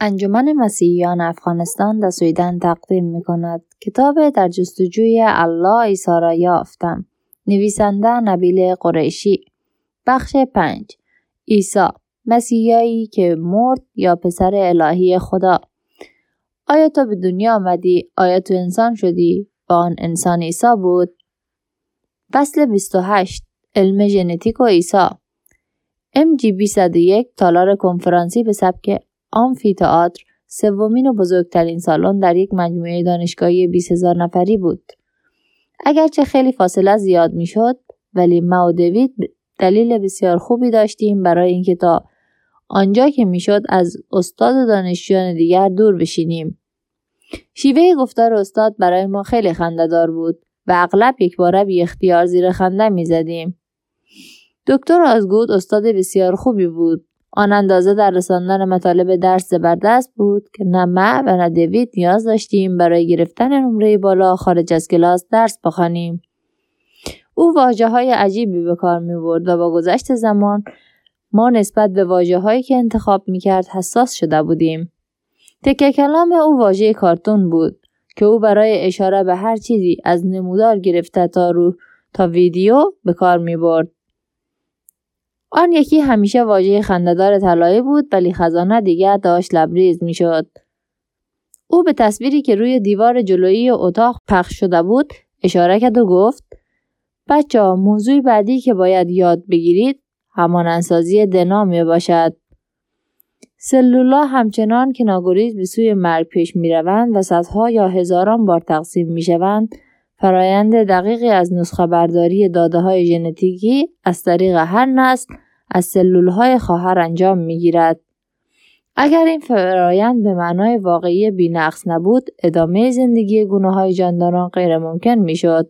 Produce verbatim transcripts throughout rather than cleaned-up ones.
انجمن مسیحیان افغانستان در سویدن تقدیم می‌کند کتاب در جستجوی الله عیسی را یافتم. نویسنده نبیل قریشی. بخش پنج. عیسی، مسیحایی که مرد یا پسر الهی خدا. آیا تو به دنیا آمدی؟ آیا تو انسان شدی؟ و آن انسان عیسی بود؟ فصل بیست و هشت. علم ژنتیک و عیسی. ام جی بیست و یک تالار کنفرانسی به سبک آمفی‌تئاتر، سومین و بزرگترین سالن در یک مجموعه دانشگاهی بیست هزار نفری بود. اگرچه خیلی فاصله زیاد می شد، ولی ما و دیوید دلیل بسیار خوبی داشتیم برای اینکه تا آنجا که می شد از استاد و دانشجویان دیگر دور بشینیم. شیوه گفتار استاد برای ما خیلی خنده‌دار بود و اغلب یک باره بی اختیار زیر خنده می زدیم. دکتر آزگود استاد بسیار خوبی بود. آن اندازه در رساندن مطالب درس زبردست بود که نه من و نه دیوید نیاز داشتیم برای گرفتن نمره بالا خارج از کلاس درس بخوانیم. او واژه‌های عجیبی به کار می‌برد و با گذشت زمان ما نسبت به واژه‌هایی که انتخاب می‌کرد حساس شده بودیم. تکه کلام او واژه کارتون بود که او برای اشاره به هر چیزی از نمودار گرفته تا رو تا ویدیو به کار می‌برد. آن یکی همیشه واژه خنده‌دار طلایی بود، ولی خزانه دیگر داشت لبریز می‌شد. او به تصویری که روی دیوار جلویی اتاق پخش شده بود اشاره کرد و گفت: بچه‌ها، موضوع بعدی که باید یاد بگیرید همانندسازی دنا می باشد. سلولا همچنان که ناگریز به سوی مرگ پیش می روند و صدها یا هزاران بار تقسیم می شوند، فرایند دقیقی از نسخه برداری داده های ژنتیکی از طریق هر نسل از سلول های خواهر انجام می گیرد. اگر این فرایند به معنای واقعی بی‌نقص نبود، ادامه زندگی گونه های جانداران غیر ممکن می شد.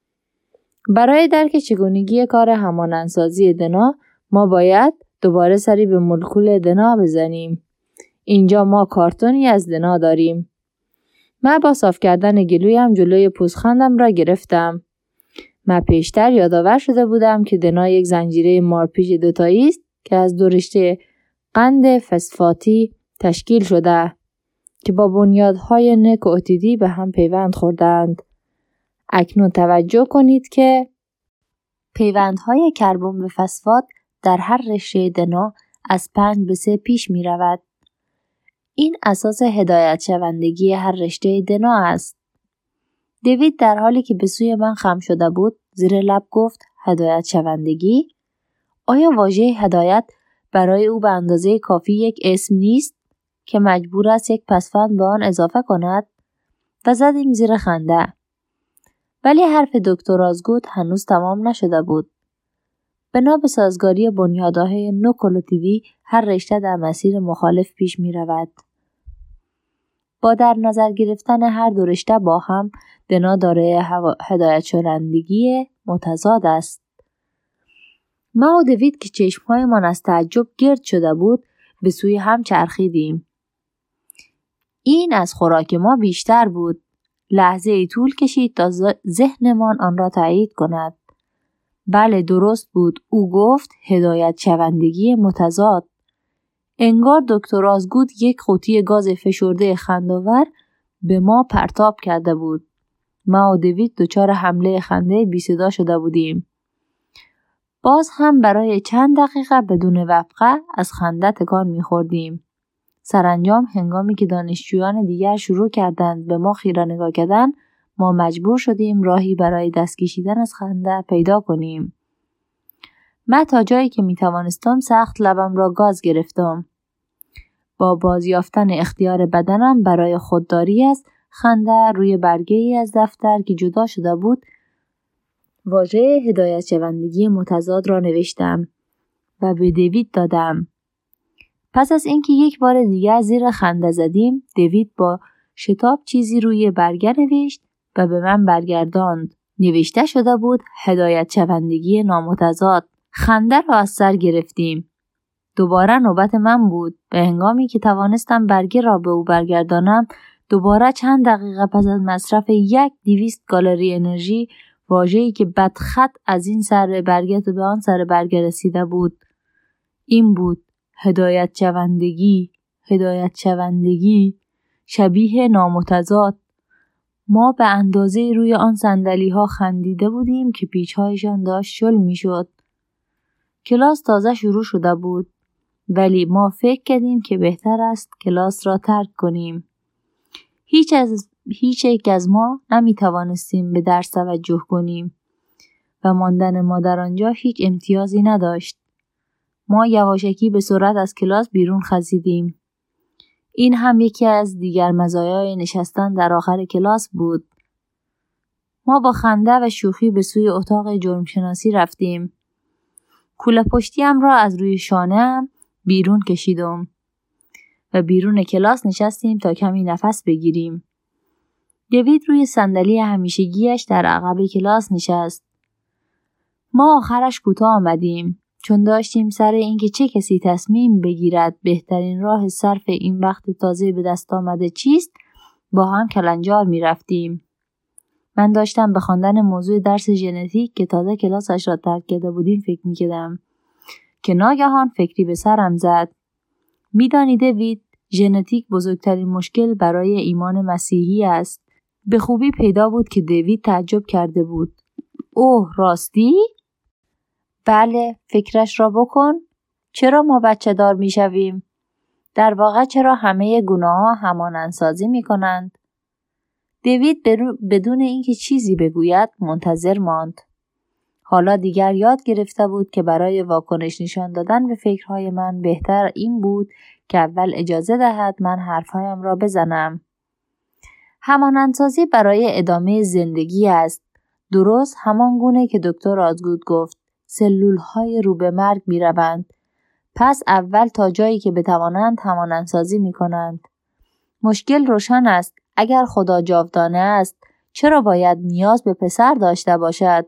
برای درک چگونگی کار همانندسازی دنا، ما باید دوباره سری به مولکول دنا بزنیم. اینجا ما کارتونی از دنا داریم. من با صاف کردن گلویم جلوی پوزخندم را گرفتم. من پیشتر یادآور شده بودم که دنا یک زنجیره مارپیچ دوتایی است که از دو رشته قند فسفاتی تشکیل شده که با بنیادهای نک و اتیدی به هم پیوند خوردند. اکنون توجه کنید که پیوندهای کربن به فسفات در هر رشته دنا از پنج به سه پیش می رود. این اساس هدایت شوندگی هر رشته دنا است. دیوید در حالی که به سوی من خم شده بود زیر لب گفت: هدایت شوندگی؟ آیا واژه هدایت برای او به اندازه کافی یک اسم نیست که مجبور است یک پسوند به آن اضافه کند؟ و زدیم زیر خنده. ولی حرف دکتر آزگود هنوز تمام نشده بود. بنا به سازگاری بنیادهای نوکلوتیدی هر رشته در مسیر مخالف پیش می رود. با در نظر گرفتن هر دو رشته با هم، دنا دارای هدایت شوندگی متضاد است. ما و دیوید که چشمهایمان از تعجب گرد شده بود به سوی هم چرخیدیم. این از خوراک ما بیشتر بود. لحظه ای طول کشید تا ذهنمان آن را تایید کند. بله، درست بود. او گفت هدایت شوندگی متضاد. انگار دکتر آزگود یک قوطی گاز فشرده خندآور به ما پرتاب کرده بود. ما و دیوید دچار حمله خنده بی صدا شده بودیم. باز هم برای چند دقیقه بدون وقفه از خنده تکان می‌خوردیم. سرانجام هنگامی که دانشجویان دیگر شروع کردند به ما خیره نگاه کردن، ما مجبور شدیم راهی برای دست کشیدن از خنده پیدا کنیم. من تا جایی که می توانستم سخت لبم را گاز گرفتم. با بازیافتن اختیار بدنم برای خودداری از خنده روی برگه ای از دفتر که جدا شده بود، واژه هدایت شوندگی متضاد را نوشتم و به دیوید دادم. پس از اینکه یک بار دیگر زیر خنده زدیم، دیوید با شتاب چیزی روی برگه نوشت و به من برگرداند. نوشته شده بود هدایت شوندگی نامتضاد. خنده را از سر گرفتیم. دوباره نوبت من بود. به هنگامی که توانستم برگه را به او برگردانم، دوباره چند دقیقه پس از مصرف یک دویست کالری انرژی، واژه‌ای که بدخط از این سر برگه به آن سر برگه رسیده بود این بود: هدایت شوندگی، هدایت شوندگی شبیه نامتضاد. ما به اندازه روی آن صندلی ها خندیده بودیم که پیچ‌هایشان داشت شل می شد. کلاس تازه شروع شده بود، ولی ما فکر کردیم که بهتر است کلاس را ترک کنیم. هیچ از هیچ یک از ما نمی توانستیم به درس توجه کنیم و ماندن ما در آنجا هیچ امتیازی نداشت. ما یواشکی به سرعت از کلاس بیرون خزیدیم. این هم یکی از دیگر مزایای نشستن در آخر کلاس بود. ما با خنده و شوخی به سوی اتاق جرمشناسی رفتیم. کوله پشتیم را از روی شانه‌ام بیرون کشیدم و بیرون کلاس نشستیم تا کمی نفس بگیریم. دیوید روی صندلی همیشگیش در عقب کلاس نشست. ما آخرش کوتاه آمدیم چون داشتیم سر اینکه چه کسی تصمیم بگیرد بهترین راه صرف این وقت تازه به دست آمده چیست با هم کلنجار می رفتیم. من داشتم به خواندن موضوع درس ژنتیک که تازه کلاسش را ترک کرده بودیم فکر می کردم که ناگهان فکری به سرم زد. می دانی دیوید، ژنتیک بزرگترین مشکل برای ایمان مسیحی است. به خوبی پیدا بود که دیوید تعجب کرده بود. اوه راستی؟ بله، فکرش را بکن. چرا ما بچه دار می شویم؟ در واقع چرا همه گناه ها همانندسازی می کنند؟ دیوید بدون اینکه چیزی بگوید منتظر ماند. حالا دیگر یاد گرفته بود که برای واکنش نشان دادن به فکرهای من بهتر این بود که اول اجازه دهد من حرفهایم را بزنم. همانندسازی برای ادامه زندگی است. درست همان گونه که دکتر آزگود گفت. سلول‌های رو به مرگ می روند. پس اول تا جایی که بتوانند همانندسازی می کنند. مشکل روشن است. اگر خدا جاودانه است، چرا باید نیاز به پسر داشته باشد؟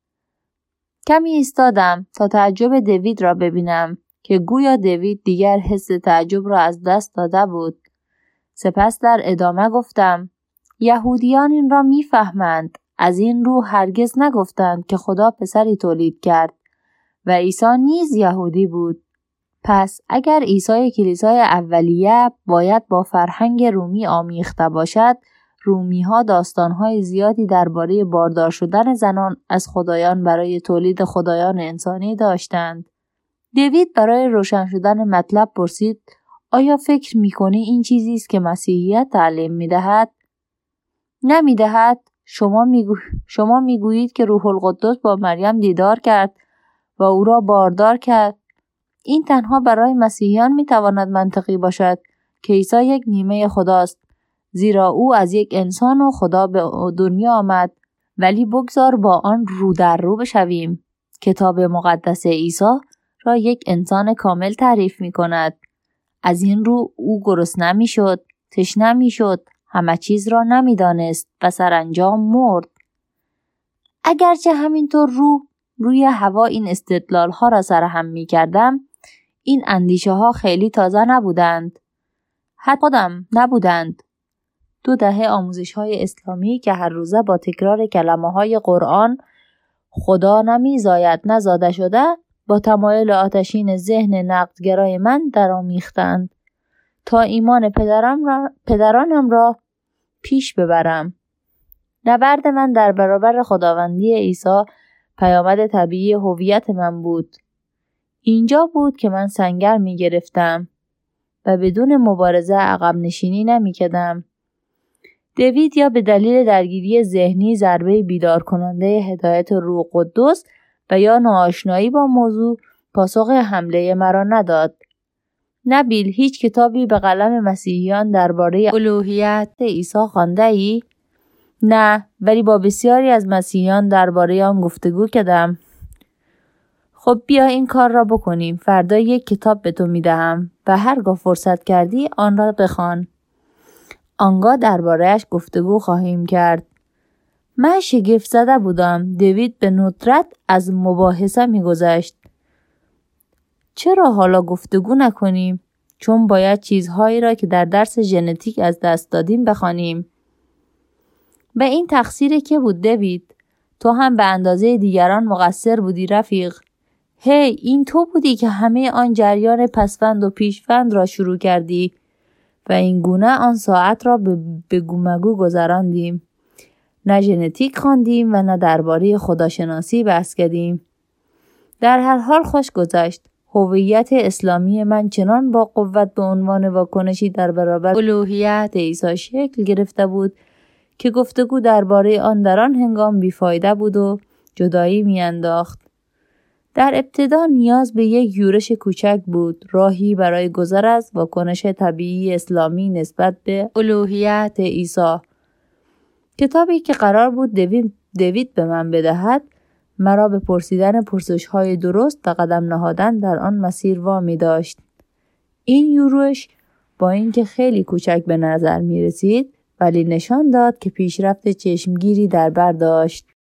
کمی ایستادم تا تعجب دیوید را ببینم که گویا دیوید دیگر حس تعجب را از دست داده بود. سپس در ادامه گفتم: یهودیان این را میفهمند. از این رو هرگز نگفتند که خدا پسری تولید کرد و عیسی نیز یهودی بود. پس اگر عیسی کلیسای اولیه باید با فرهنگ رومی آمیخته باشد، رومی ها داستان های زیادی درباره باردار شدن زنان از خدایان برای تولید خدایان انسانی داشتند. دیوید برای روشن شدن مطلب پرسید: آیا فکر می‌کنی این چیزی است که مسیحیت تعلیم می‌دهد؟ نمی‌دهد. شما میگو... شما میگویید که روح القدس با مریم دیدار کرد و او را باردار کرد. این تنها برای مسیحیان میتواند منطقی باشد که عیسی یک نیمه خداست، زیرا او از یک انسان و خدا به دنیا آمد. ولی بگذار با آن رو در رو بشویم. کتاب مقدس عیسی را یک انسان کامل تعریف می کند. از این رو او گرسنه می شد، تشنه می شد، همه چیز را نمی دانست و سرانجام مرد. اگرچه همینطور رو روی هوا این استدلال ها را سرهم می کردم، این اندیشه ها خیلی تازه نبودند. حتی خودم نبودند. دو دهه آموزش های اسلامی که هر روزه با تکرار کلمه های قرآن خدا نمیزاید نزاده شده با تمایل آتشین ذهن نقدگرای من درآمیختند تا ایمان پدرم را پدرانم را پیش ببرم. نبرد من در برابر خداوندی عیسی پیامد طبیعی هویت من بود. اینجا بود که من سنگر می گرفتم و بدون مبارزه عقب نشینی نمی کردم. دیوید یا به دلیل درگیری ذهنی ضربه بیدار کننده هدایت روح قدس و یا ناآشنایی با موضوع پاسخ حمله مرا نداد. نبیل، هیچ کتابی به قلم مسیحیان درباره الوهیت عیسی خوانده ای؟ نه، ولی با بسیاری از مسیحیان درباره آن گفتگو کردم. خب بیا این کار را بکنیم. فردا یک کتاب به تو میدهم و هرگاه فرصت کردی آن را بخوان. آنگاه درباره‌اش گفتگو خواهیم کرد. من شگفت زده بودم. دیوید به ندرت از مباحثه میگذشت. چرا حالا گفتگو نکنیم؟ چون باید چیزهایی را که در درس ژنتیک از دست دادیم بخوانیم. و این تقصیر که بود دیوید؟ تو هم به اندازه دیگران مقصر بودی رفیق. هی hey, این تو بودی که همه آن جریان پسوند و پیشوند را شروع کردی. و این گونه آن ساعت را به گومگو گذراندیم. نه ژنتیک خواندیم و نه درباره خداشناسی بحث کردیم. در هر حال خوش گذشت. هویت اسلامی من چنان با قوت به عنوان واکنشی در برابر الوهیت عیسی شکل گرفته بود که گفتگو درباره آن در آن هنگام بیفایده بود و جدایی میانداخت. در ابتدا نیاز به یک یورش کوچک بود، راهی برای گذر از واکنش طبیعی اسلامی نسبت به الوهیت عیسی. کتابی که قرار بود دوید, دوید به من بدهد مرا به پرسیدن پرسش‌های درست و قدم نهادن در آن مسیر وامی داشت. این یورش با اینکه خیلی کوچک به نظر می رسید ولی نشان داد که پیشرفت چشمگیری در بر داشت.